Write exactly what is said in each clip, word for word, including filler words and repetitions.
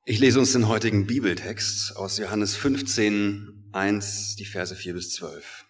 Ich lese uns den heutigen Bibeltext aus Johannes fünfzehn, eins, die Verse vier bis zwölf.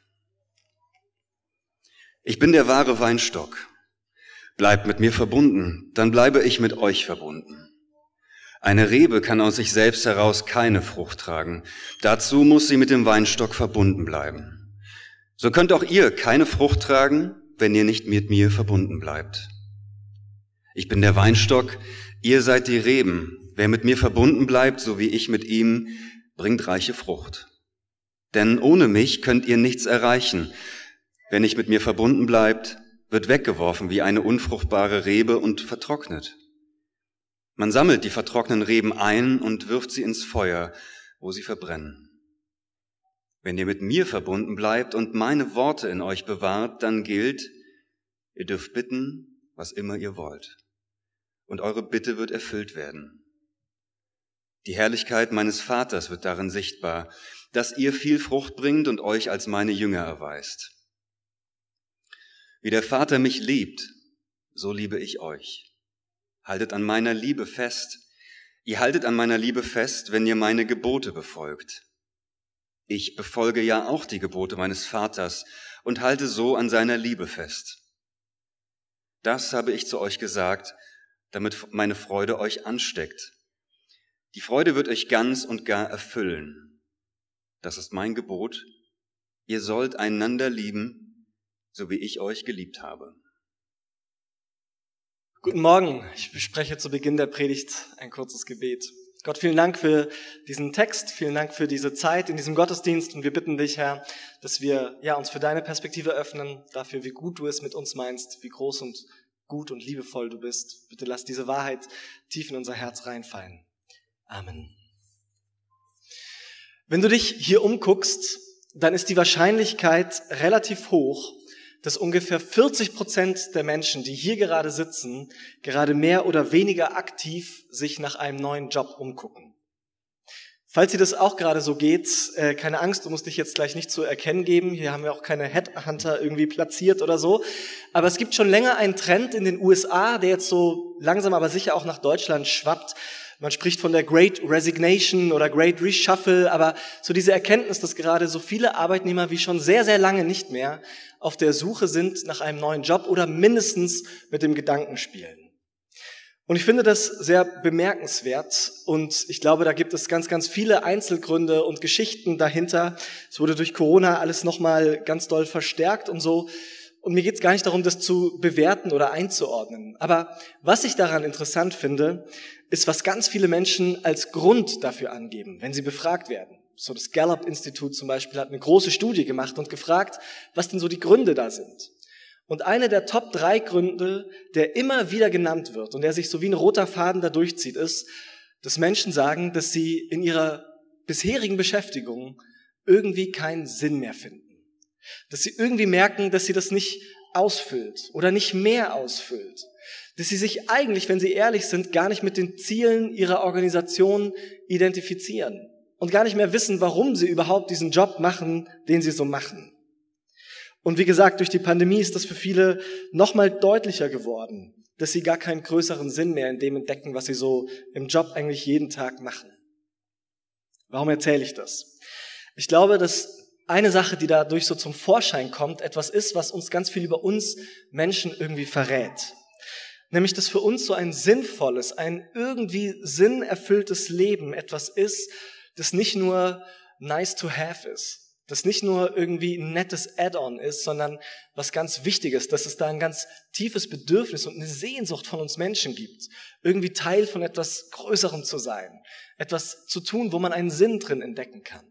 Ich bin der wahre Weinstock. Bleibt mit mir verbunden, dann bleibe ich mit euch verbunden. Eine Rebe kann aus sich selbst heraus keine Frucht tragen. Dazu muss sie mit dem Weinstock verbunden bleiben. So könnt auch ihr keine Frucht tragen, wenn ihr nicht mit mir verbunden bleibt. Ich bin der Weinstock, ihr seid die Reben. Wer mit mir verbunden bleibt, so wie ich mit ihm, bringt reiche Frucht. Denn ohne mich könnt ihr nichts erreichen. Wer nicht mit mir verbunden bleibt, wird weggeworfen wie eine unfruchtbare Rebe und vertrocknet. Man sammelt die vertrockneten Reben ein und wirft sie ins Feuer, wo sie verbrennen. Wenn ihr mit mir verbunden bleibt und meine Worte in euch bewahrt, dann gilt, ihr dürft bitten, was immer ihr wollt. Und eure Bitte wird erfüllt werden. Die Herrlichkeit meines Vaters wird darin sichtbar, dass ihr viel Frucht bringt und euch als meine Jünger erweist. Wie der Vater mich liebt, so liebe ich euch. Haltet an meiner Liebe fest. Ihr haltet an meiner Liebe fest, wenn ihr meine Gebote befolgt. Ich befolge ja auch die Gebote meines Vaters und halte so an seiner Liebe fest. Das habe ich zu euch gesagt, damit meine Freude euch ansteckt. Die Freude wird euch ganz und gar erfüllen. Das ist mein Gebot. Ihr sollt einander lieben, so wie ich euch geliebt habe. Guten Morgen. Ich bespreche zu Beginn der Predigt ein kurzes Gebet. Gott, vielen Dank für diesen Text, vielen Dank für diese Zeit in diesem Gottesdienst und wir bitten dich, Herr, dass wir ja uns für deine Perspektive öffnen, dafür, wie gut du es mit uns meinst, wie groß und gut und liebevoll du bist. Bitte lass diese Wahrheit tief in unser Herz reinfallen. Amen. Wenn du dich hier umguckst, dann ist die Wahrscheinlichkeit relativ hoch, dass ungefähr vierzig Prozent der Menschen, die hier gerade sitzen, gerade mehr oder weniger aktiv sich nach einem neuen Job umgucken. Falls dir das auch gerade so geht, äh, keine Angst, du musst dich jetzt gleich nicht zu erkennen geben. Hier haben wir auch keine Headhunter irgendwie platziert oder so. Aber es gibt schon länger einen Trend in den U S A, der jetzt so langsam aber sicher auch nach Deutschland schwappt. Man spricht von der Great Resignation oder Great Reshuffle, aber so diese Erkenntnis, dass gerade so viele Arbeitnehmer wie schon sehr, sehr lange nicht mehr auf der Suche sind nach einem neuen Job oder mindestens mit dem Gedanken spielen. Und ich finde das sehr bemerkenswert und ich glaube, da gibt es ganz, ganz viele Einzelgründe und Geschichten dahinter. Es wurde durch Corona alles nochmal ganz doll verstärkt und so. Und mir geht es gar nicht darum, das zu bewerten oder einzuordnen. Aber was ich daran interessant finde, ist, was ganz viele Menschen als Grund dafür angeben, wenn sie befragt werden. So das Gallup-Institut zum Beispiel hat eine große Studie gemacht und gefragt, was denn so die Gründe da sind. Und einer der Top drei Gründe, der immer wieder genannt wird und der sich so wie ein roter Faden da durchzieht, ist, dass Menschen sagen, dass sie in ihrer bisherigen Beschäftigung irgendwie keinen Sinn mehr finden. Dass sie irgendwie merken, dass sie das nicht ausfüllt oder nicht mehr ausfüllt. Dass sie sich eigentlich, wenn sie ehrlich sind, gar nicht mit den Zielen ihrer Organisation identifizieren und gar nicht mehr wissen, warum sie überhaupt diesen Job machen, den sie so machen. Und wie gesagt, durch die Pandemie ist das für viele nochmal deutlicher geworden, dass sie gar keinen größeren Sinn mehr in dem entdecken, was sie so im Job eigentlich jeden Tag machen. Warum erzähle ich das? Ich glaube, dass eine Sache, die dadurch so zum Vorschein kommt, etwas ist, was uns ganz viel über uns Menschen irgendwie verrät. Nämlich, dass für uns so ein sinnvolles, ein irgendwie sinnerfülltes Leben etwas ist, das nicht nur nice to have ist, das nicht nur irgendwie ein nettes Add-on ist, sondern was ganz Wichtiges, dass es da ein ganz tiefes Bedürfnis und eine Sehnsucht von uns Menschen gibt, irgendwie Teil von etwas Größerem zu sein, etwas zu tun, wo man einen Sinn drin entdecken kann.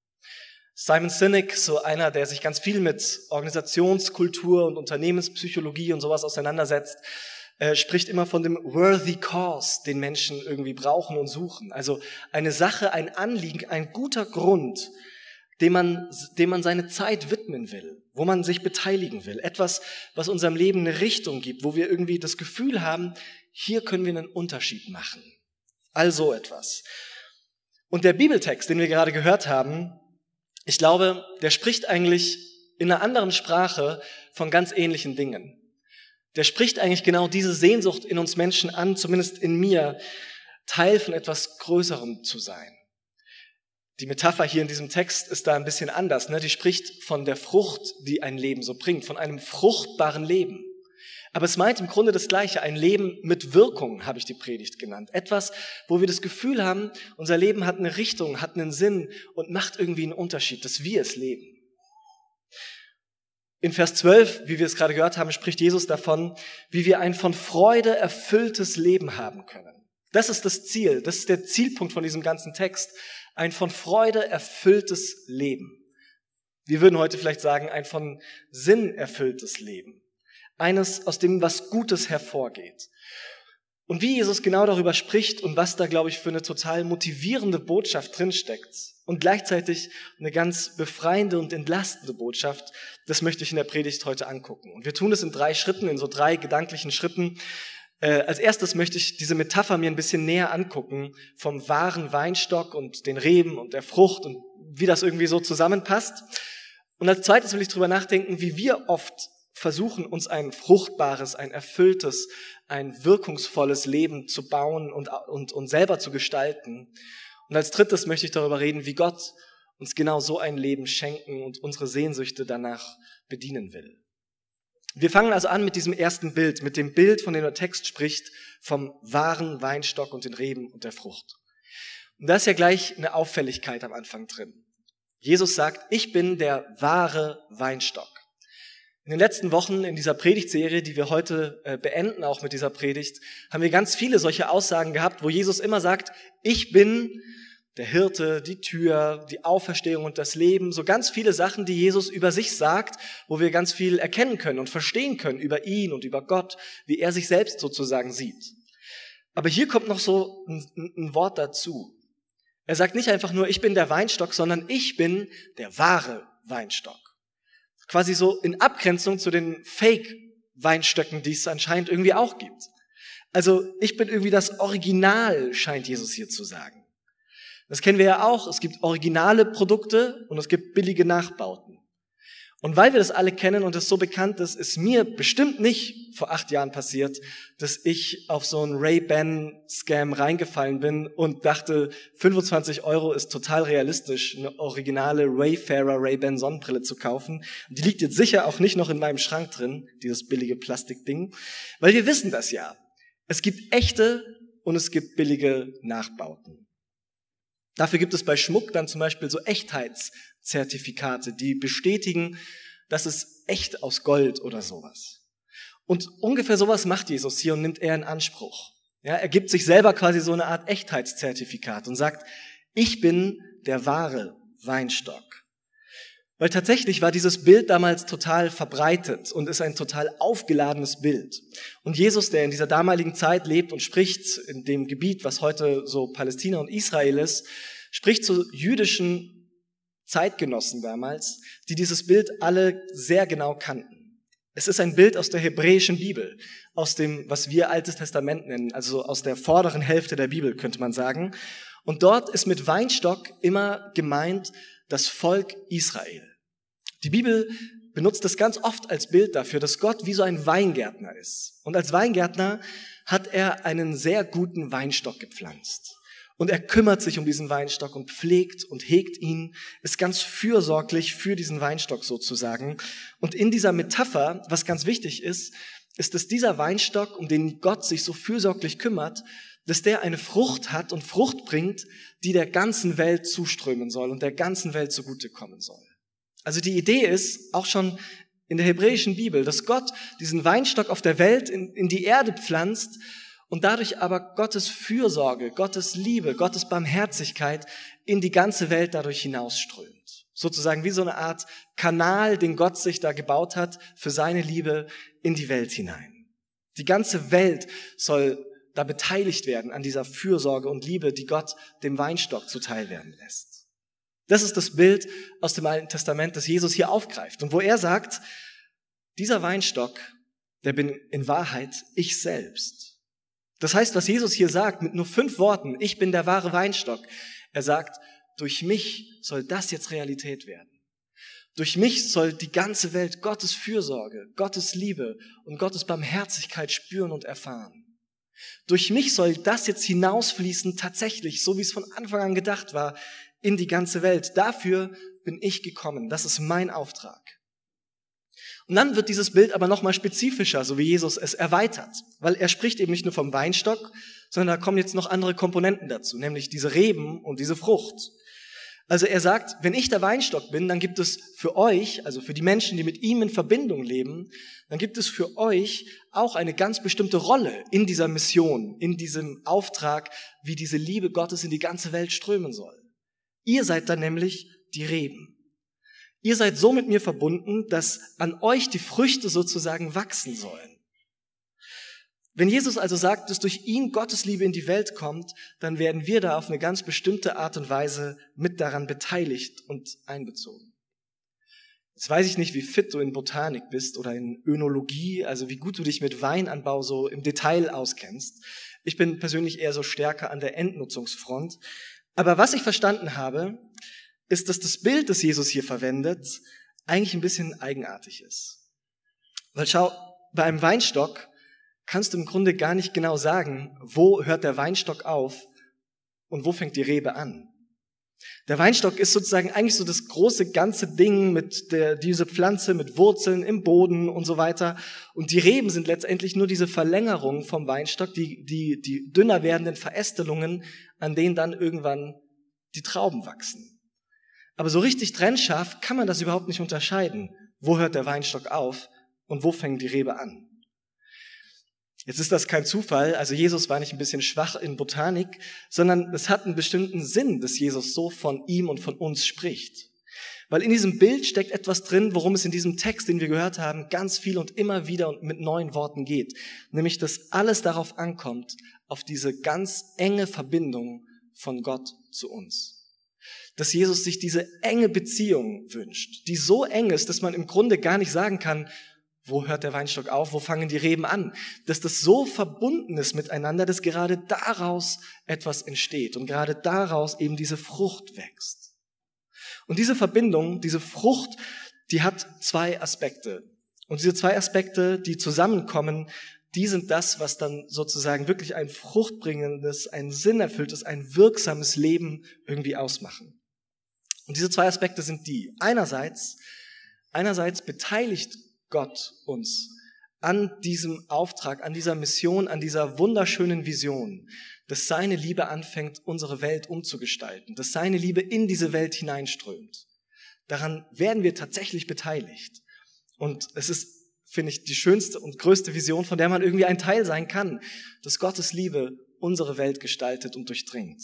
Simon Sinek, so einer, der sich ganz viel mit Organisationskultur und Unternehmenspsychologie und sowas auseinandersetzt, äh, spricht immer von dem worthy cause, den Menschen irgendwie brauchen und suchen. Also eine Sache, ein Anliegen, ein guter Grund, dem man, dem man seine Zeit widmen will, wo man sich beteiligen will. Etwas, was unserem Leben eine Richtung gibt, wo wir irgendwie das Gefühl haben, hier können wir einen Unterschied machen. All so etwas. Und der Bibeltext, den wir gerade gehört haben, ich glaube, der spricht eigentlich in einer anderen Sprache von ganz ähnlichen Dingen. Der spricht eigentlich genau diese Sehnsucht in uns Menschen an, zumindest in mir, Teil von etwas Größerem zu sein. Die Metapher hier in diesem Text ist da ein bisschen anders, ne? Die spricht von der Frucht, die ein Leben so bringt, von einem fruchtbaren Leben. Aber es meint im Grunde das Gleiche, ein Leben mit Wirkung, habe ich die Predigt genannt. Etwas, wo wir das Gefühl haben, unser Leben hat eine Richtung, hat einen Sinn und macht irgendwie einen Unterschied, dass wir es leben. In Vers zwölf, wie wir es gerade gehört haben, spricht Jesus davon, wie wir ein von Freude erfülltes Leben haben können. Das ist das Ziel, das ist der Zielpunkt von diesem ganzen Text. Ein von Freude erfülltes Leben. Wir würden heute vielleicht sagen, ein von Sinn erfülltes Leben. Eines, aus dem was Gutes hervorgeht. Und wie Jesus genau darüber spricht und was da, glaube ich, für eine total motivierende Botschaft drinsteckt und gleichzeitig eine ganz befreiende und entlastende Botschaft, das möchte ich in der Predigt heute angucken. Und wir tun es in drei Schritten, in so drei gedanklichen Schritten. Äh, als erstes möchte ich diese Metapher mir ein bisschen näher angucken vom wahren Weinstock und den Reben und der Frucht und wie das irgendwie so zusammenpasst. Und als zweites will ich drüber nachdenken, wie wir oft versuchen, uns ein fruchtbares, ein erfülltes, ein wirkungsvolles Leben zu bauen und, und, und selber zu gestalten. Und als drittes möchte ich darüber reden, wie Gott uns genau so ein Leben schenken und unsere Sehnsüchte danach bedienen will. Wir fangen also an mit diesem ersten Bild, mit dem Bild, von dem der Text spricht, vom wahren Weinstock und den Reben und der Frucht. Und da ist ja gleich eine Auffälligkeit am Anfang drin. Jesus sagt, ich bin der wahre Weinstock. In den letzten Wochen in dieser Predigtserie, die wir heute äh, beenden, auch mit dieser Predigt, haben wir ganz viele solche Aussagen gehabt, wo Jesus immer sagt, ich bin der Hirte, die Tür, die Auferstehung und das Leben, so ganz viele Sachen, die Jesus über sich sagt, wo wir ganz viel erkennen können und verstehen können über ihn und über Gott, wie er sich selbst sozusagen sieht. Aber hier kommt noch so ein, ein Wort dazu. Er sagt nicht einfach nur, ich bin der Weinstock, sondern ich bin der wahre Weinstock. Quasi so in Abgrenzung zu den Fake-Weinstöcken, die es anscheinend irgendwie auch gibt. Also ich bin irgendwie das Original, scheint Jesus hier zu sagen. Das kennen wir ja auch. Es gibt originale Produkte und es gibt billige Nachbauten. Und weil wir das alle kennen und es so bekannt ist, ist mir bestimmt nicht vor acht Jahren passiert, dass ich auf so einen Ray-Ban-Scam reingefallen bin und dachte, fünfundzwanzig Euro ist total realistisch, eine originale Wayfarer Ray-Ban Sonnenbrille zu kaufen. Und die liegt jetzt sicher auch nicht noch in meinem Schrank drin, dieses billige Plastikding, weil wir wissen das ja. Es gibt echte und es gibt billige Nachbauten. Dafür gibt es bei Schmuck dann zum Beispiel so Echtheitszertifikate, die bestätigen, dass es echt aus Gold oder sowas. Und ungefähr sowas macht Jesus hier und nimmt er in Anspruch. Ja, er gibt sich selber quasi so eine Art Echtheitszertifikat und sagt, ich bin der wahre Weinstock. Weil tatsächlich war dieses Bild damals total verbreitet und ist ein total aufgeladenes Bild. Und Jesus, der in dieser damaligen Zeit lebt und spricht in dem Gebiet, was heute so Palästina und Israel ist, spricht zu jüdischen Zeitgenossen damals, die dieses Bild alle sehr genau kannten. Es ist ein Bild aus der hebräischen Bibel, aus dem, was wir Altes Testament nennen, also aus der vorderen Hälfte der Bibel, könnte man sagen. Und dort ist mit Weinstock immer gemeint das Volk Israel. Die Bibel benutzt das ganz oft als Bild dafür, dass Gott wie so ein Weingärtner ist. Und als Weingärtner hat er einen sehr guten Weinstock gepflanzt. Und er kümmert sich um diesen Weinstock und pflegt und hegt ihn, ist ganz fürsorglich für diesen Weinstock sozusagen. Und in dieser Metapher, was ganz wichtig ist, ist, dass dieser Weinstock, um den Gott sich so fürsorglich kümmert, dass der eine Frucht hat und Frucht bringt, die der ganzen Welt zuströmen soll und der ganzen Welt zugutekommen soll. Also die Idee ist, auch schon in der hebräischen Bibel, dass Gott diesen Weinstock auf der Welt in, in die Erde pflanzt und dadurch aber Gottes Fürsorge, Gottes Liebe, Gottes Barmherzigkeit in die ganze Welt dadurch hinausströmt. Sozusagen wie so eine Art Kanal, den Gott sich da gebaut hat für seine Liebe in die Welt hinein. Die ganze Welt soll da beteiligt werden an dieser Fürsorge und Liebe, die Gott dem Weinstock zuteil werden lässt. Das ist das Bild aus dem Alten Testament, das Jesus hier aufgreift. Und wo er sagt, dieser Weinstock, der bin in Wahrheit ich selbst. Das heißt, was Jesus hier sagt, mit nur fünf Worten, ich bin der wahre Weinstock. Er sagt, durch mich soll das jetzt Realität werden. Durch mich soll die ganze Welt Gottes Fürsorge, Gottes Liebe und Gottes Barmherzigkeit spüren und erfahren. Durch mich soll das jetzt hinausfließen, tatsächlich, so wie es von Anfang an gedacht war, in die ganze Welt. Dafür bin ich gekommen. Das ist mein Auftrag. Und dann wird dieses Bild aber nochmal spezifischer, so wie Jesus es erweitert. Weil er spricht eben nicht nur vom Weinstock, sondern da kommen jetzt noch andere Komponenten dazu, nämlich diese Reben und diese Frucht. Also er sagt, wenn ich der Weinstock bin, dann gibt es für euch, also für die Menschen, die mit ihm in Verbindung leben, dann gibt es für euch auch eine ganz bestimmte Rolle in dieser Mission, in diesem Auftrag, wie diese Liebe Gottes in die ganze Welt strömen soll. Ihr seid dann nämlich die Reben. Ihr seid so mit mir verbunden, dass an euch die Früchte sozusagen wachsen sollen. Wenn Jesus also sagt, dass durch ihn Gottes Liebe in die Welt kommt, dann werden wir da auf eine ganz bestimmte Art und Weise mit daran beteiligt und einbezogen. Jetzt weiß ich nicht, wie fit du in Botanik bist oder in Önologie, also wie gut du dich mit Weinanbau so im Detail auskennst. Ich bin persönlich eher so stärker an der Endnutzungsfront. Aber was ich verstanden habe, ist, dass das Bild, das Jesus hier verwendet, eigentlich ein bisschen eigenartig ist. Weil schau, bei einem Weinstock kannst du im Grunde gar nicht genau sagen, wo hört der Weinstock auf und wo fängt die Rebe an. Der Weinstock ist sozusagen eigentlich so das große ganze Ding mit der, diese Pflanze mit Wurzeln im Boden und so weiter. Und die Reben sind letztendlich nur diese Verlängerung vom Weinstock, die, die, die dünner werdenden Verästelungen, an denen dann irgendwann die Trauben wachsen. Aber so richtig trennscharf kann man das überhaupt nicht unterscheiden. Wo hört der Weinstock auf und wo fängt die Rebe an? Jetzt ist das kein Zufall, also Jesus war nicht ein bisschen schwach in Botanik, sondern es hat einen bestimmten Sinn, dass Jesus so von ihm und von uns spricht. Weil in diesem Bild steckt etwas drin, worum es in diesem Text, den wir gehört haben, ganz viel und immer wieder und mit neuen Worten geht. Nämlich, dass alles darauf ankommt, auf diese ganz enge Verbindung von Gott zu uns. Dass Jesus sich diese enge Beziehung wünscht, die so eng ist, dass man im Grunde gar nicht sagen kann, wo hört der Weinstock auf, wo fangen die Reben an? Dass das so verbunden ist miteinander, dass gerade daraus etwas entsteht und gerade daraus eben diese Frucht wächst. Und diese Verbindung, diese Frucht, die hat zwei Aspekte. Und diese zwei Aspekte, die zusammenkommen, die sind das, was dann sozusagen wirklich ein fruchtbringendes, ein sinnerfülltes, ein wirksames Leben irgendwie ausmachen. Und diese zwei Aspekte sind die. Einerseits, einerseits beteiligt Gott uns an diesem Auftrag, an dieser Mission, an dieser wunderschönen Vision, dass seine Liebe anfängt, unsere Welt umzugestalten, dass seine Liebe in diese Welt hineinströmt. Daran werden wir tatsächlich beteiligt. Und es ist, finde ich, die schönste und größte Vision, von der man irgendwie ein Teil sein kann, dass Gottes Liebe unsere Welt gestaltet und durchdringt.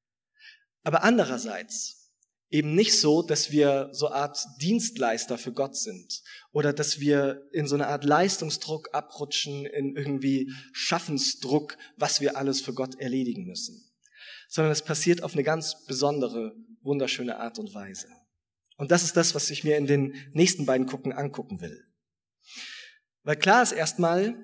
Aber andererseits eben nicht so, dass wir so eine Art Dienstleister für Gott sind oder dass wir in so eine Art Leistungsdruck abrutschen, in irgendwie Schaffensdruck, was wir alles für Gott erledigen müssen. Sondern es passiert auf eine ganz besondere, wunderschöne Art und Weise. Und das ist das, was ich mir in den nächsten beiden Gucken angucken will. Weil klar ist erstmal,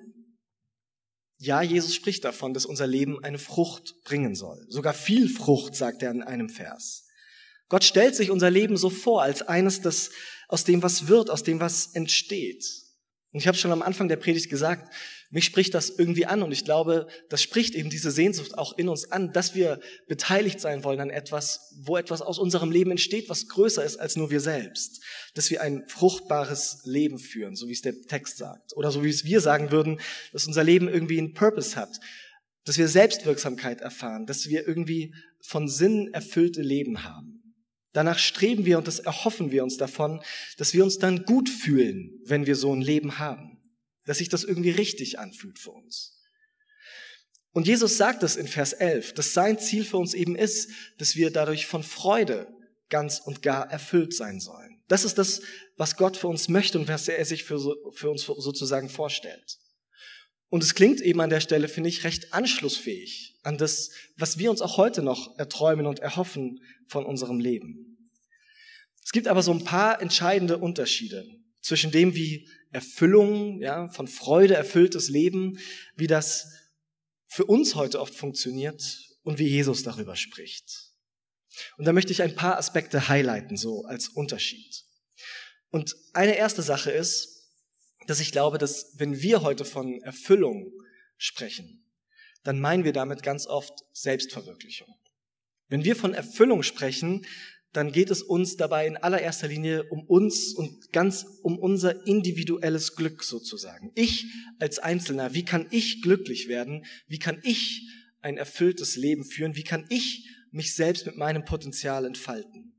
ja, Jesus spricht davon, dass unser Leben eine Frucht bringen soll. Sogar viel Frucht, sagt er in einem Vers. Gott stellt sich unser Leben so vor, als eines, das aus dem was wird, aus dem was entsteht. Und ich habe schon am Anfang der Predigt gesagt, mich spricht das irgendwie an und ich glaube, das spricht eben diese Sehnsucht auch in uns an, dass wir beteiligt sein wollen an etwas, wo etwas aus unserem Leben entsteht, was größer ist als nur wir selbst. Dass wir ein fruchtbares Leben führen, so wie es der Text sagt. Oder so wie es wir sagen würden, dass unser Leben irgendwie einen Purpose hat. Dass wir Selbstwirksamkeit erfahren, dass wir irgendwie von Sinn erfüllte Leben haben. Danach streben wir und das erhoffen wir uns davon, dass wir uns dann gut fühlen, wenn wir so ein Leben haben. Dass sich das irgendwie richtig anfühlt für uns. Und Jesus sagt es in Vers elf, dass sein Ziel für uns eben ist, dass wir dadurch von Freude ganz und gar erfüllt sein sollen. Das ist das, was Gott für uns möchte und was er sich für, für uns sozusagen vorstellt. Und es klingt eben an der Stelle, finde ich, recht anschlussfähig an das, was wir uns auch heute noch erträumen und erhoffen von unserem Leben. Es gibt aber so ein paar entscheidende Unterschiede zwischen dem, wie Erfüllung, ja, von Freude erfülltes Leben, wie das für uns heute oft funktioniert und wie Jesus darüber spricht. Und da möchte ich ein paar Aspekte highlighten, so als Unterschied. Und eine erste Sache ist, dass ich glaube, dass wenn wir heute von Erfüllung sprechen, dann meinen wir damit ganz oft Selbstverwirklichung. Wenn wir von Erfüllung sprechen, dann geht es uns dabei in allererster Linie um uns und ganz um unser individuelles Glück sozusagen. Ich als Einzelner, wie kann ich glücklich werden? Wie kann ich ein erfülltes Leben führen? Wie kann ich mich selbst mit meinem Potenzial entfalten?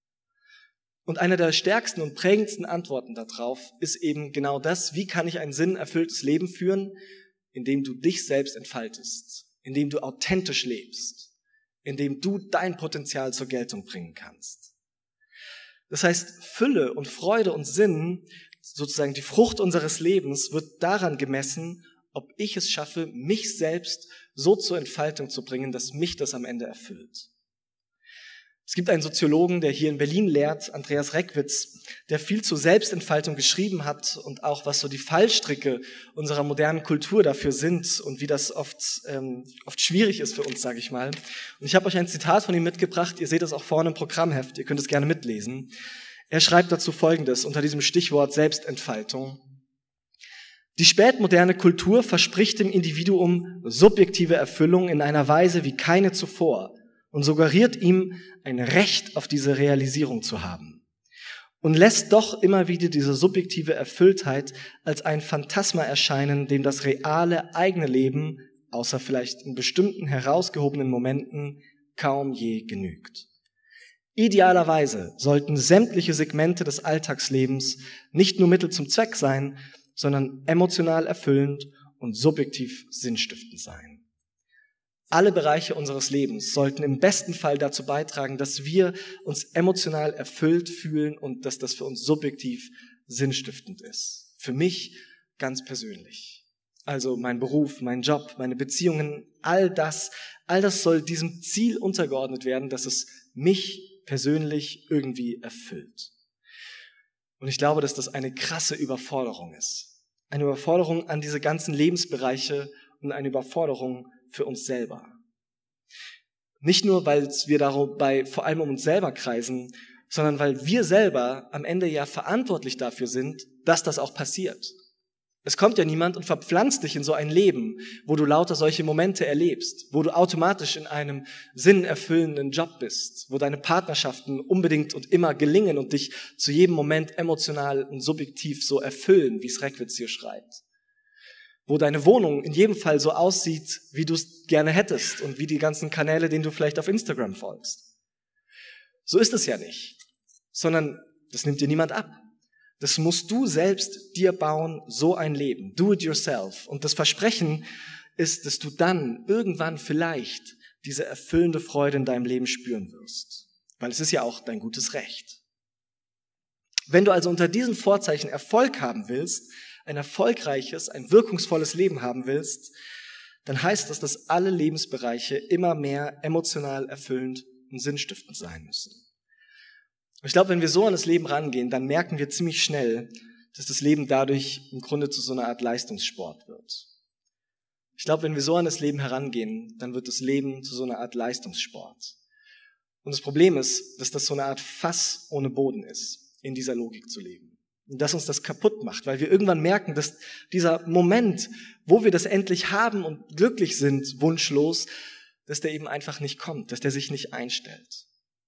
Und eine der stärksten und prägendsten Antworten darauf ist eben genau das: Wie kann ich ein sinnerfülltes Leben führen? Indem du dich selbst entfaltest, indem du authentisch lebst, indem du dein Potenzial zur Geltung bringen kannst. Das heißt, Fülle und Freude und Sinn, sozusagen die Frucht unseres Lebens, wird daran gemessen, ob ich es schaffe, mich selbst so zur Entfaltung zu bringen, dass mich das am Ende erfüllt. Es gibt einen Soziologen, der hier in Berlin lehrt, Andreas Reckwitz, der viel zur Selbstentfaltung geschrieben hat und auch, was so die Fallstricke unserer modernen Kultur dafür sind und wie das oft ähm, oft schwierig ist für uns, sage ich mal. Und ich habe euch ein Zitat von ihm mitgebracht, ihr seht es auch vorne im Programmheft, ihr könnt es gerne mitlesen. Er schreibt dazu Folgendes unter diesem Stichwort Selbstentfaltung: Die spätmoderne Kultur verspricht dem Individuum subjektive Erfüllung in einer Weise wie keine zuvor und suggeriert ihm ein Recht auf diese Realisierung zu haben und lässt doch immer wieder diese subjektive Erfülltheit als ein Phantasma erscheinen, dem das reale eigene Leben, außer vielleicht in bestimmten herausgehobenen Momenten, kaum je genügt. Idealerweise sollten sämtliche Segmente des Alltagslebens nicht nur Mittel zum Zweck sein, sondern emotional erfüllend und subjektiv sinnstiftend sein. Alle Bereiche unseres Lebens sollten im besten Fall dazu beitragen, dass wir uns emotional erfüllt fühlen und dass das für uns subjektiv sinnstiftend ist. Für mich ganz persönlich. Also mein Beruf, mein Job, meine Beziehungen, all das, all das soll diesem Ziel untergeordnet werden, dass es mich persönlich irgendwie erfüllt. Und ich glaube, dass das eine krasse Überforderung ist. Eine Überforderung an diese ganzen Lebensbereiche und eine Überforderung für uns selber. Nicht nur, weil wir dabei vor allem um uns selber kreisen, sondern weil wir selber am Ende ja verantwortlich dafür sind, dass das auch passiert. Es kommt ja niemand und verpflanzt dich in so ein Leben, wo du lauter solche Momente erlebst, wo du automatisch in einem sinnerfüllenden Job bist, wo deine Partnerschaften unbedingt und immer gelingen und dich zu jedem Moment emotional und subjektiv so erfüllen, wie es Reckwitz hier schreibt. Wo deine Wohnung in jedem Fall so aussieht, wie du es gerne hättest und wie die ganzen Kanäle, denen du vielleicht auf Instagram folgst. So ist es ja nicht, sondern das nimmt dir niemand ab. Das musst du selbst dir bauen, so ein Leben. Do it yourself. Und das Versprechen ist, dass du dann irgendwann vielleicht diese erfüllende Freude in deinem Leben spüren wirst. Weil es ist ja auch dein gutes Recht. Wenn du also unter diesen Vorzeichen Erfolg haben willst, ein erfolgreiches, ein wirkungsvolles Leben haben willst, dann heißt das, dass alle Lebensbereiche immer mehr emotional erfüllend und sinnstiftend sein müssen. Ich glaube, wenn wir so an das Leben rangehen, dann merken wir ziemlich schnell, dass das Leben dadurch im Grunde zu so einer Art Leistungssport wird. Ich glaube, wenn wir so an das Leben herangehen, dann wird das Leben zu so einer Art Leistungssport. Und das Problem ist, dass das so eine Art Fass ohne Boden ist, in dieser Logik zu leben. Und dass uns das kaputt macht, weil wir irgendwann merken, dass dieser Moment, wo wir das endlich haben und glücklich sind, wunschlos, dass der eben einfach nicht kommt, dass der sich nicht einstellt.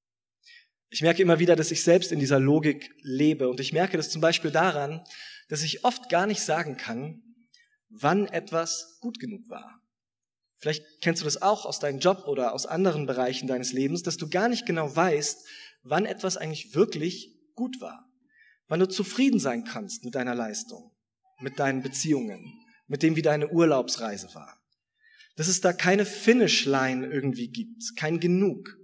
Ich merke immer wieder, dass ich selbst in dieser Logik lebe und ich merke das zum Beispiel daran, dass ich oft gar nicht sagen kann, wann etwas gut genug war. Vielleicht kennst du das auch aus deinem Job oder aus anderen Bereichen deines Lebens, dass du gar nicht genau weißt, wann etwas eigentlich wirklich gut war. Wann du zufrieden sein kannst mit deiner Leistung, mit deinen Beziehungen, mit dem, wie deine Urlaubsreise war. Dass es da keine Finish-Line irgendwie gibt, kein Genug.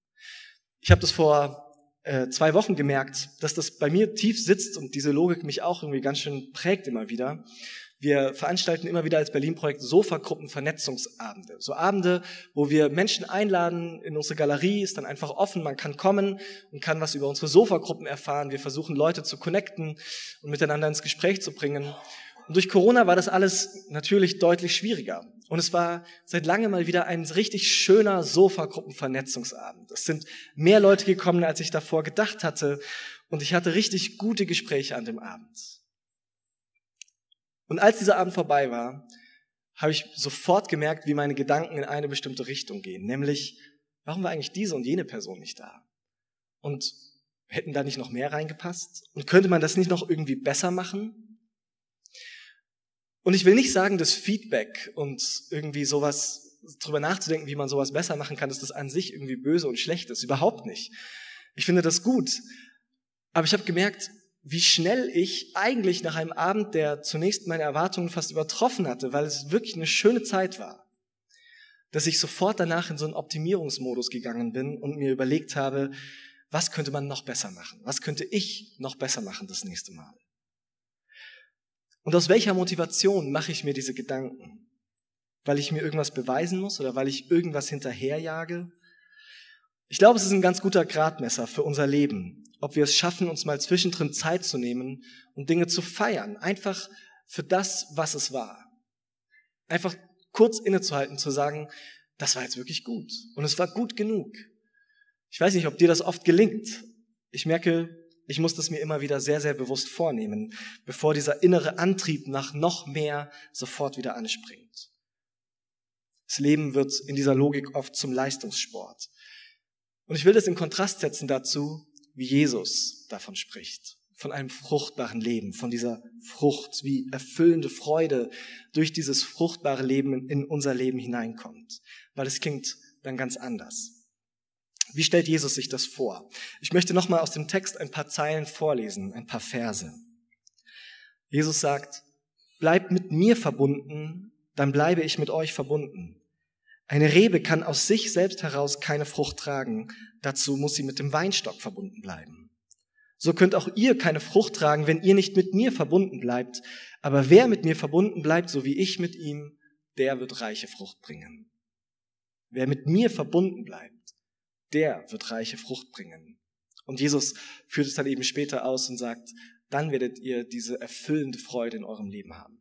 Ich habe das vor äh, zwei Wochen gemerkt, dass das bei mir tief sitzt und diese Logik mich auch irgendwie ganz schön prägt immer wieder. Wir veranstalten immer wieder als Berlin-Projekt Sofagruppen-Vernetzungsabende. So Abende, wo wir Menschen einladen in unsere Galerie, ist dann einfach offen, man kann kommen und kann was über unsere Sofagruppen erfahren. Wir versuchen Leute zu connecten und miteinander ins Gespräch zu bringen. Und durch Corona war das alles natürlich deutlich schwieriger. Und es war seit langem mal wieder ein richtig schöner Sofagruppen-Vernetzungsabend. Es sind mehr Leute gekommen, als ich davor gedacht hatte. Und ich hatte richtig gute Gespräche an dem Abend. Und als dieser Abend vorbei war, habe ich sofort gemerkt, wie meine Gedanken in eine bestimmte Richtung gehen. Nämlich, warum war eigentlich diese und jene Person nicht da? Und hätten da nicht noch mehr reingepasst? Und könnte man das nicht noch irgendwie besser machen? Und ich will nicht sagen, dass Feedback und irgendwie sowas, drüber nachzudenken, wie man sowas besser machen kann, dass das an sich irgendwie böse und schlecht ist. Überhaupt nicht. Ich finde das gut. Aber ich habe gemerkt, wie schnell ich eigentlich nach einem Abend, der zunächst meine Erwartungen fast übertroffen hatte, weil es wirklich eine schöne Zeit war, dass ich sofort danach in so einen Optimierungsmodus gegangen bin und mir überlegt habe, was könnte man noch besser machen? Was könnte ich noch besser machen das nächste Mal? Und aus welcher Motivation mache ich mir diese Gedanken? Weil ich mir irgendwas beweisen muss oder weil ich irgendwas hinterherjage? Ich glaube, es ist ein ganz guter Gradmesser für unser Leben, ob wir es schaffen, uns mal zwischendrin Zeit zu nehmen und Dinge zu feiern, einfach für das, was es war. Einfach kurz innezuhalten, zu sagen, das war jetzt wirklich gut und es war gut genug. Ich weiß nicht, ob dir das oft gelingt. Ich merke, ich muss das mir immer wieder sehr, sehr bewusst vornehmen, bevor dieser innere Antrieb nach noch mehr sofort wieder anspringt. Das Leben wird in dieser Logik oft zum Leistungssport. Und ich will das in Kontrast setzen dazu, wie Jesus davon spricht, von einem fruchtbaren Leben, von dieser Frucht, wie erfüllende Freude durch dieses fruchtbare Leben in unser Leben hineinkommt, weil es klingt dann ganz anders. Wie stellt Jesus sich das vor? Ich möchte nochmal aus dem Text ein paar Zeilen vorlesen, ein paar Verse. Jesus sagt, bleibt mit mir verbunden, dann bleibe ich mit euch verbunden. Eine Rebe kann aus sich selbst heraus keine Frucht tragen, dazu muss sie mit dem Weinstock verbunden bleiben. So könnt auch ihr keine Frucht tragen, wenn ihr nicht mit mir verbunden bleibt. Aber wer mit mir verbunden bleibt, so wie ich mit ihm, der wird reiche Frucht bringen. Wer mit mir verbunden bleibt, der wird reiche Frucht bringen. Und Jesus führt es dann eben später aus und sagt, dann werdet ihr diese erfüllende Freude in eurem Leben haben.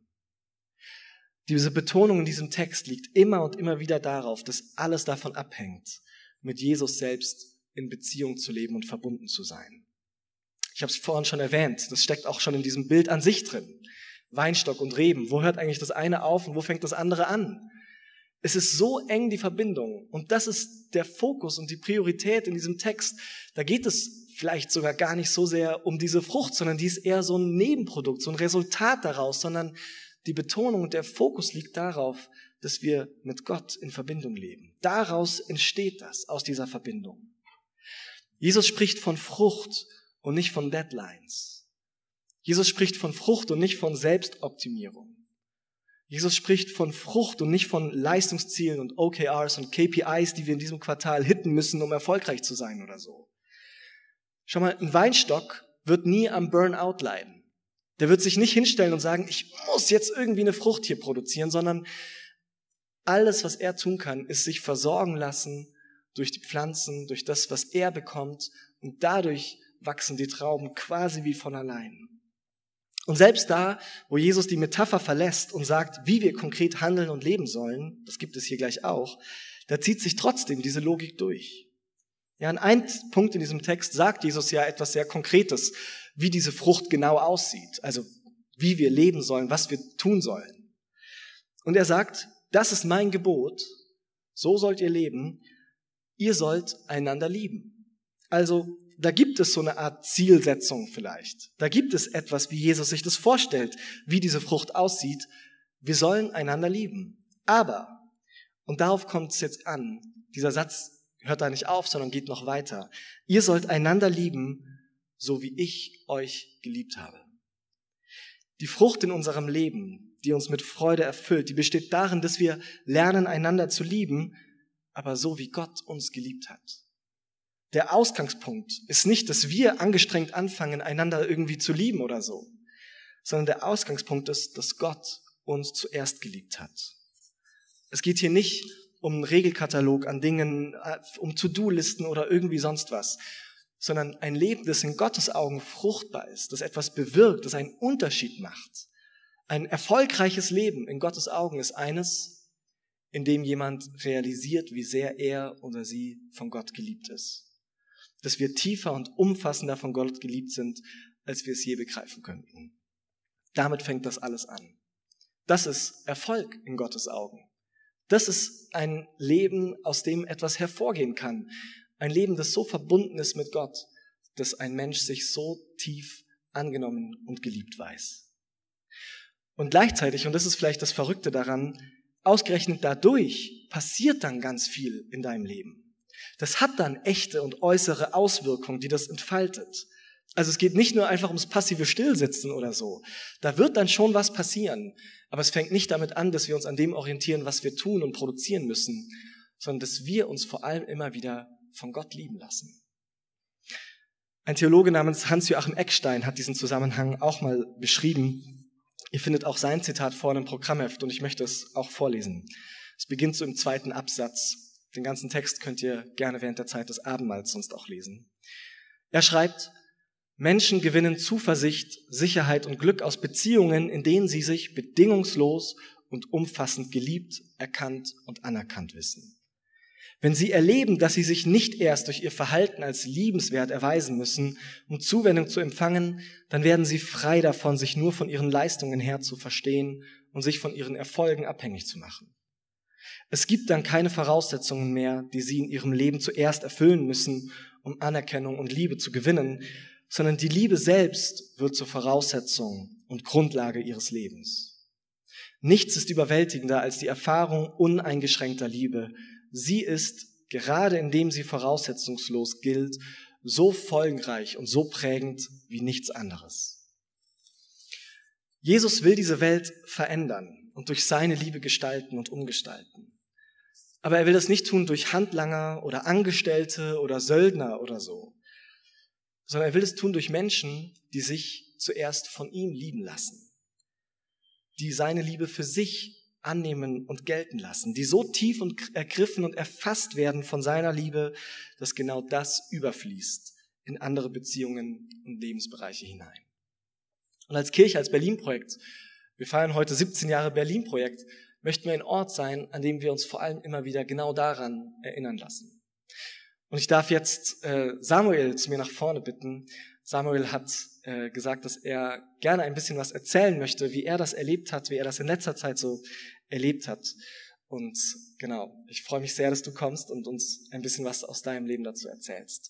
Diese Betonung in diesem Text liegt immer und immer wieder darauf, dass alles davon abhängt, mit Jesus selbst in Beziehung zu leben und verbunden zu sein. Ich habe es vorhin schon erwähnt, das steckt auch schon in diesem Bild an sich drin. Weinstock und Reben, wo hört eigentlich das eine auf und wo fängt das andere an? Es ist so eng die Verbindung und das ist der Fokus und die Priorität in diesem Text. Da geht es vielleicht sogar gar nicht so sehr um diese Frucht, sondern die ist eher so ein Nebenprodukt, so ein Resultat daraus, sondern die Betonung und der Fokus liegt darauf, dass wir mit Gott in Verbindung leben. Daraus entsteht das, aus dieser Verbindung. Jesus spricht von Frucht und nicht von Deadlines. Jesus spricht von Frucht und nicht von Selbstoptimierung. Jesus spricht von Frucht und nicht von Leistungszielen und O K Rs und K P Is, die wir in diesem Quartal hitten müssen, um erfolgreich zu sein oder so. Schau mal, ein Weinstock wird nie am Burnout leiden. Der wird sich nicht hinstellen und sagen, ich muss jetzt irgendwie eine Frucht hier produzieren, sondern alles, was er tun kann, ist sich versorgen lassen durch die Pflanzen, durch das, was er bekommt und dadurch wachsen die Trauben quasi wie von allein. Und selbst da, wo Jesus die Metapher verlässt und sagt, wie wir konkret handeln und leben sollen, das gibt es hier gleich auch, da zieht sich trotzdem diese Logik durch. Ja, an einem Punkt in diesem Text sagt Jesus ja etwas sehr Konkretes, wie diese Frucht genau aussieht, also wie wir leben sollen, was wir tun sollen. Und er sagt, das ist mein Gebot, so sollt ihr leben, ihr sollt einander lieben. Also da gibt es so eine Art Zielsetzung vielleicht. Da gibt es etwas, wie Jesus sich das vorstellt, wie diese Frucht aussieht. Wir sollen einander lieben. Aber, und darauf kommt es jetzt an, dieser Satz hört da nicht auf, sondern geht noch weiter. Ihr sollt einander lieben, so wie ich euch geliebt habe. Die Frucht in unserem Leben, die uns mit Freude erfüllt, die besteht darin, dass wir lernen, einander zu lieben, aber so wie Gott uns geliebt hat. Der Ausgangspunkt ist nicht, dass wir angestrengt anfangen, einander irgendwie zu lieben oder so, sondern der Ausgangspunkt ist, dass Gott uns zuerst geliebt hat. Es geht hier nicht um einen Regelkatalog an Dingen, um To-Do-Listen oder irgendwie sonst was, sondern ein Leben, das in Gottes Augen fruchtbar ist, das etwas bewirkt, das einen Unterschied macht. Ein erfolgreiches Leben in Gottes Augen ist eines, in dem jemand realisiert, wie sehr er oder sie von Gott geliebt ist. Dass wir tiefer und umfassender von Gott geliebt sind, als wir es je begreifen könnten. Damit fängt das alles an. Das ist Erfolg in Gottes Augen. Das ist ein Leben, aus dem etwas hervorgehen kann. Ein Leben, das so verbunden ist mit Gott, dass ein Mensch sich so tief angenommen und geliebt weiß. Und gleichzeitig, und das ist vielleicht das Verrückte daran, ausgerechnet dadurch passiert dann ganz viel in deinem Leben. Das hat dann echte und äußere Auswirkungen, die das entfaltet. Also es geht nicht nur einfach ums passive Stillsitzen oder so. Da wird dann schon was passieren. Aber es fängt nicht damit an, dass wir uns an dem orientieren, was wir tun und produzieren müssen, sondern dass wir uns vor allem immer wieder von Gott lieben lassen. Ein Theologe namens Hans-Joachim Eckstein hat diesen Zusammenhang auch mal beschrieben. Ihr findet auch sein Zitat vorne im Programmheft und ich möchte es auch vorlesen. Es beginnt so im zweiten Absatz. Den ganzen Text könnt ihr gerne während der Zeit des Abendmahls sonst auch lesen. Er schreibt: Menschen gewinnen Zuversicht, Sicherheit und Glück aus Beziehungen, in denen sie sich bedingungslos und umfassend geliebt, erkannt und anerkannt wissen. Wenn sie erleben, dass sie sich nicht erst durch ihr Verhalten als liebenswert erweisen müssen, um Zuwendung zu empfangen, dann werden sie frei davon, sich nur von ihren Leistungen her zu verstehen und sich von ihren Erfolgen abhängig zu machen. Es gibt dann keine Voraussetzungen mehr, die sie in ihrem Leben zuerst erfüllen müssen, um Anerkennung und Liebe zu gewinnen, sondern die Liebe selbst wird zur Voraussetzung und Grundlage ihres Lebens. Nichts ist überwältigender als die Erfahrung uneingeschränkter Liebe. Sie ist, gerade indem sie voraussetzungslos gilt, so folgenreich und so prägend wie nichts anderes. Jesus will diese Welt verändern und durch seine Liebe gestalten und umgestalten. Aber er will das nicht tun durch Handlanger oder Angestellte oder Söldner oder so, sondern er will es tun durch Menschen, die sich zuerst von ihm lieben lassen, die seine Liebe für sich annehmen und gelten lassen, die so tief und ergriffen und erfasst werden von seiner Liebe, dass genau das überfließt in andere Beziehungen und Lebensbereiche hinein. Und als Kirche, als Berlin-Projekt, wir feiern heute siebzehn Jahre Berlin-Projekt, möchten wir ein Ort sein, an dem wir uns vor allem immer wieder genau daran erinnern lassen. Und ich darf jetzt äh, Samuel zu mir nach vorne bitten. Samuel hat äh, gesagt, dass er gerne ein bisschen was erzählen möchte, wie er das erlebt hat, wie er das in letzter Zeit so erlebt hat. Und genau, ich freue mich sehr, dass du kommst und uns ein bisschen was aus deinem Leben dazu erzählst.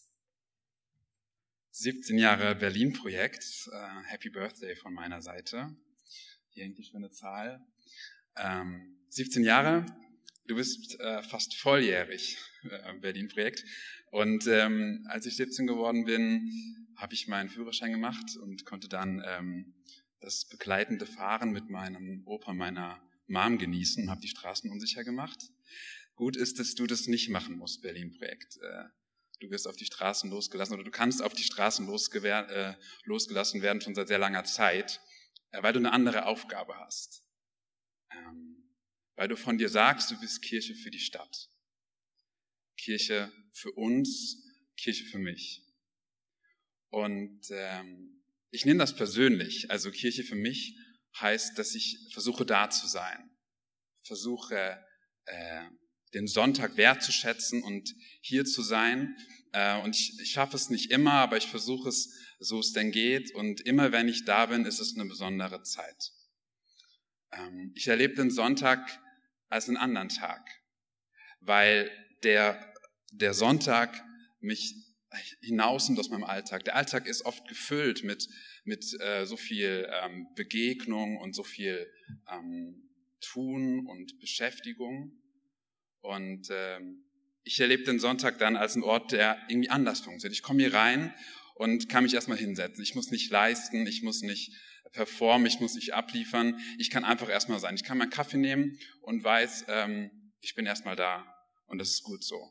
siebzehn Jahre Berlin-Projekt. Uh, Happy Birthday von meiner Seite. Hier hängt die schöne Zahl. Ähm, siebzehn Jahre, du bist äh, fast volljährig, äh, Berlin-Projekt. Und ähm, als ich siebzehn geworden bin, habe ich meinen Führerschein gemacht und konnte dann ähm, das begleitende Fahren mit meinem Opa, meiner Mom genießen und habe die Straßen unsicher gemacht. Gut ist, dass du das nicht machen musst, Berlin-Projekt. Äh, du wirst auf die Straßen losgelassen oder du kannst auf die Straßen losgewehr, äh, losgelassen werden schon seit sehr langer Zeit, äh, weil du eine andere Aufgabe hast. Ähm, weil du von dir sagst, du bist Kirche für die Stadt. Kirche für uns, Kirche für mich. Und ähm, ich nehme das persönlich. Also Kirche für mich heißt, dass ich versuche, da zu sein. Versuche, äh, den Sonntag wertzuschätzen und hier zu sein. Äh, und ich, ich schaffe es nicht immer, aber ich versuche es, so es denn geht. Und immer wenn ich da bin, ist es eine besondere Zeit. Ähm, ich erlebe den Sonntag als einen anderen Tag, weil der, der Sonntag mich hinausnimmt aus meinem Alltag. Der Alltag ist oft gefüllt mit, mit äh, so viel ähm, Begegnung und so viel ähm, Tun und Beschäftigung. Und ähm, ich erlebe den Sonntag dann als einen Ort, der irgendwie anders funktioniert. Ich komme hier rein und kann mich erstmal hinsetzen. Ich muss nicht leisten, ich muss nicht performen, ich muss nicht abliefern. Ich kann einfach erstmal sein. Ich kann meinen Kaffee nehmen und weiß, ähm, ich bin erstmal da und das ist gut so.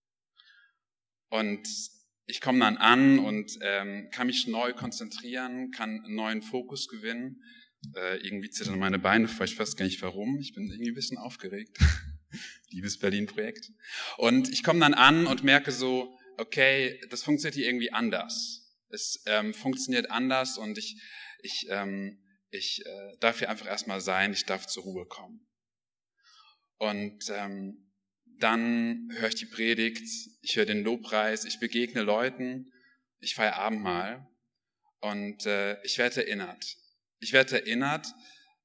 Und ich komme dann an und ähm, kann mich neu konzentrieren, kann einen neuen Fokus gewinnen. Äh, irgendwie zittern meine Beine vor, ich weiß gar nicht warum. Ich bin irgendwie ein bisschen aufgeregt. Liebes Berlin-Projekt. Und ich komme dann an und merke so, okay, das funktioniert hier irgendwie anders. Es ähm, funktioniert anders und ich, ich, ähm, ich äh, darf hier einfach erstmal sein, ich darf zur Ruhe kommen. Und ähm, dann höre ich die Predigt, ich höre den Lobpreis, ich begegne Leuten, ich feiere Abendmahl und äh, ich werde erinnert. Ich werde erinnert,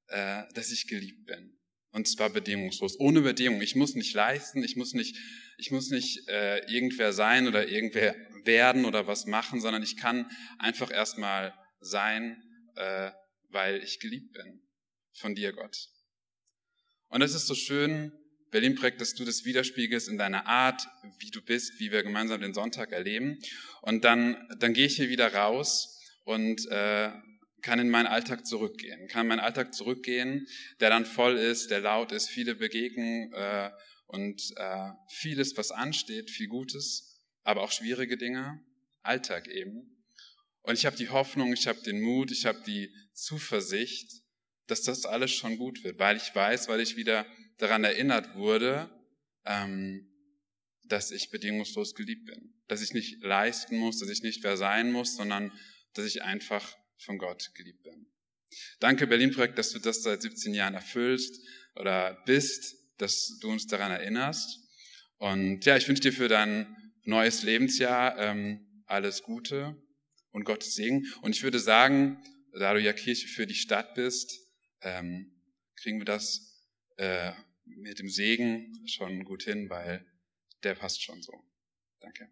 äh, dass ich geliebt bin. Und zwar bedingungslos, ohne Bedingung. Ich muss nicht leisten, ich muss nicht, ich muss nicht äh, irgendwer sein oder irgendwer werden oder was machen, sondern ich kann einfach erstmal sein, äh, weil ich geliebt bin von dir, Gott. Und es ist so schön, Berlin-Projekt, dass du das widerspiegelst in deiner Art, wie du bist, wie wir gemeinsam den Sonntag erleben. Und dann, dann gehe ich hier wieder raus und äh, kann in meinen Alltag zurückgehen, kann in meinen Alltag zurückgehen, der dann voll ist, der laut ist, viele Begegnungen äh, und äh, vieles, was ansteht, viel Gutes, aber auch schwierige Dinge, Alltag eben. Und ich habe die Hoffnung, ich habe den Mut, ich habe die Zuversicht, dass das alles schon gut wird, weil ich weiß, weil ich wieder daran erinnert wurde, ähm, dass ich bedingungslos geliebt bin, dass ich nicht leisten muss, dass ich nicht wer sein muss, sondern dass ich einfach von Gott geliebt bin. Danke Berlin-Projekt, dass du das seit siebzehn Jahren erfüllst oder bist, dass du uns daran erinnerst. Und ja, ich wünsche dir für dein neues Lebensjahr ähm, alles Gute und Gottes Segen. Und ich würde sagen, da du ja Kirche für die Stadt bist, ähm, kriegen wir das äh, mit dem Segen schon gut hin, weil der passt schon so. Danke.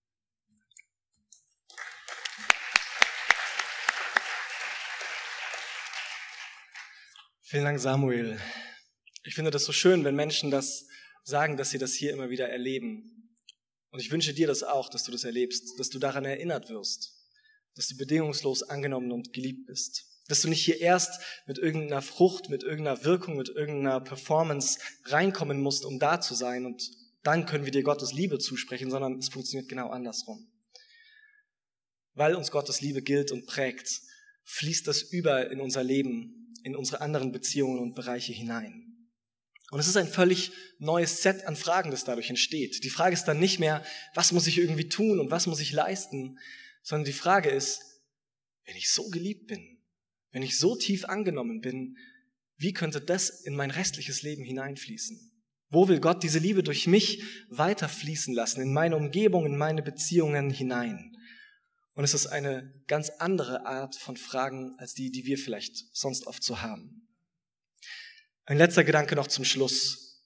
Vielen Dank, Samuel. Ich finde das so schön, wenn Menschen das sagen, dass sie das hier immer wieder erleben. Und ich wünsche dir das auch, dass du das erlebst, dass du daran erinnert wirst, dass du bedingungslos angenommen und geliebt bist. Dass du nicht hier erst mit irgendeiner Frucht, mit irgendeiner Wirkung, mit irgendeiner Performance reinkommen musst, um da zu sein und dann können wir dir Gottes Liebe zusprechen, sondern es funktioniert genau andersrum. Weil uns Gottes Liebe gilt und prägt, fließt das über in unser Leben, in unsere anderen Beziehungen und Bereiche hinein. Und es ist ein völlig neues Set an Fragen, das dadurch entsteht. Die Frage ist dann nicht mehr, was muss ich irgendwie tun und was muss ich leisten, sondern die Frage ist, wenn ich so geliebt bin, wenn ich so tief angenommen bin, wie könnte das in mein restliches Leben hineinfließen? Wo will Gott diese Liebe durch mich weiterfließen lassen, in meine Umgebung, in meine Beziehungen hinein? Und es ist eine ganz andere Art von Fragen, als die, die wir vielleicht sonst oft so haben. Ein letzter Gedanke noch zum Schluss.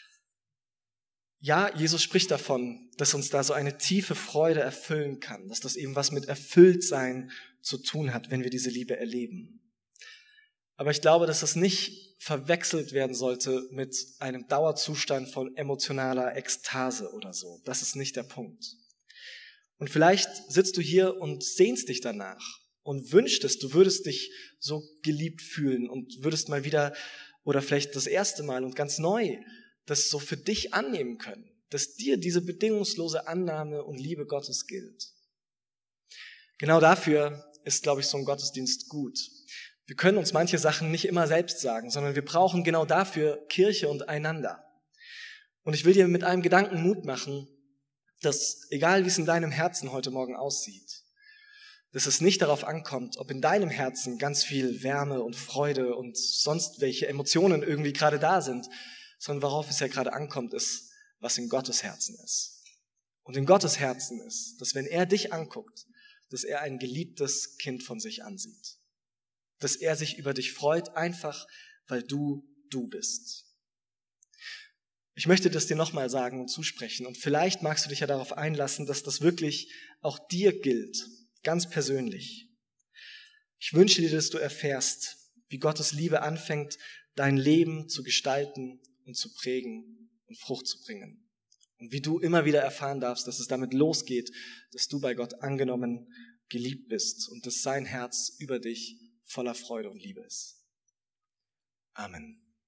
Ja, Jesus spricht davon, dass uns da so eine tiefe Freude erfüllen kann, dass das eben was mit Erfülltsein zu tun hat, wenn wir diese Liebe erleben. Aber ich glaube, dass das nicht verwechselt werden sollte mit einem Dauerzustand von emotionaler Ekstase oder so. Das ist nicht der Punkt. Und vielleicht sitzt du hier und sehnst dich danach und wünschtest, du würdest dich so geliebt fühlen und würdest mal wieder oder vielleicht das erste Mal und ganz neu das so für dich annehmen können, dass dir diese bedingungslose Annahme und Liebe Gottes gilt. Genau dafür ist, glaube ich, so ein Gottesdienst gut. Wir können uns manche Sachen nicht immer selbst sagen, sondern wir brauchen genau dafür Kirche und einander. Und ich will dir mit einem Gedanken Mut machen, dass egal wie es in deinem Herzen heute Morgen aussieht, dass es nicht darauf ankommt, ob in deinem Herzen ganz viel Wärme und Freude und sonst welche Emotionen irgendwie gerade da sind, sondern worauf es ja gerade ankommt, ist, was in Gottes Herzen ist. Und in Gottes Herzen ist, dass wenn er dich anguckt, dass er ein geliebtes Kind von sich ansieht. Dass er sich über dich freut, einfach weil du du bist. Ich möchte das dir nochmal sagen und zusprechen und vielleicht magst du dich ja darauf einlassen, dass das wirklich auch dir gilt, ganz persönlich. Ich wünsche dir, dass du erfährst, wie Gottes Liebe anfängt, dein Leben zu gestalten und zu prägen und Frucht zu bringen. Und wie du immer wieder erfahren darfst, dass es damit losgeht, dass du bei Gott angenommen, geliebt bist und dass sein Herz über dich voller Freude und Liebe ist. Amen.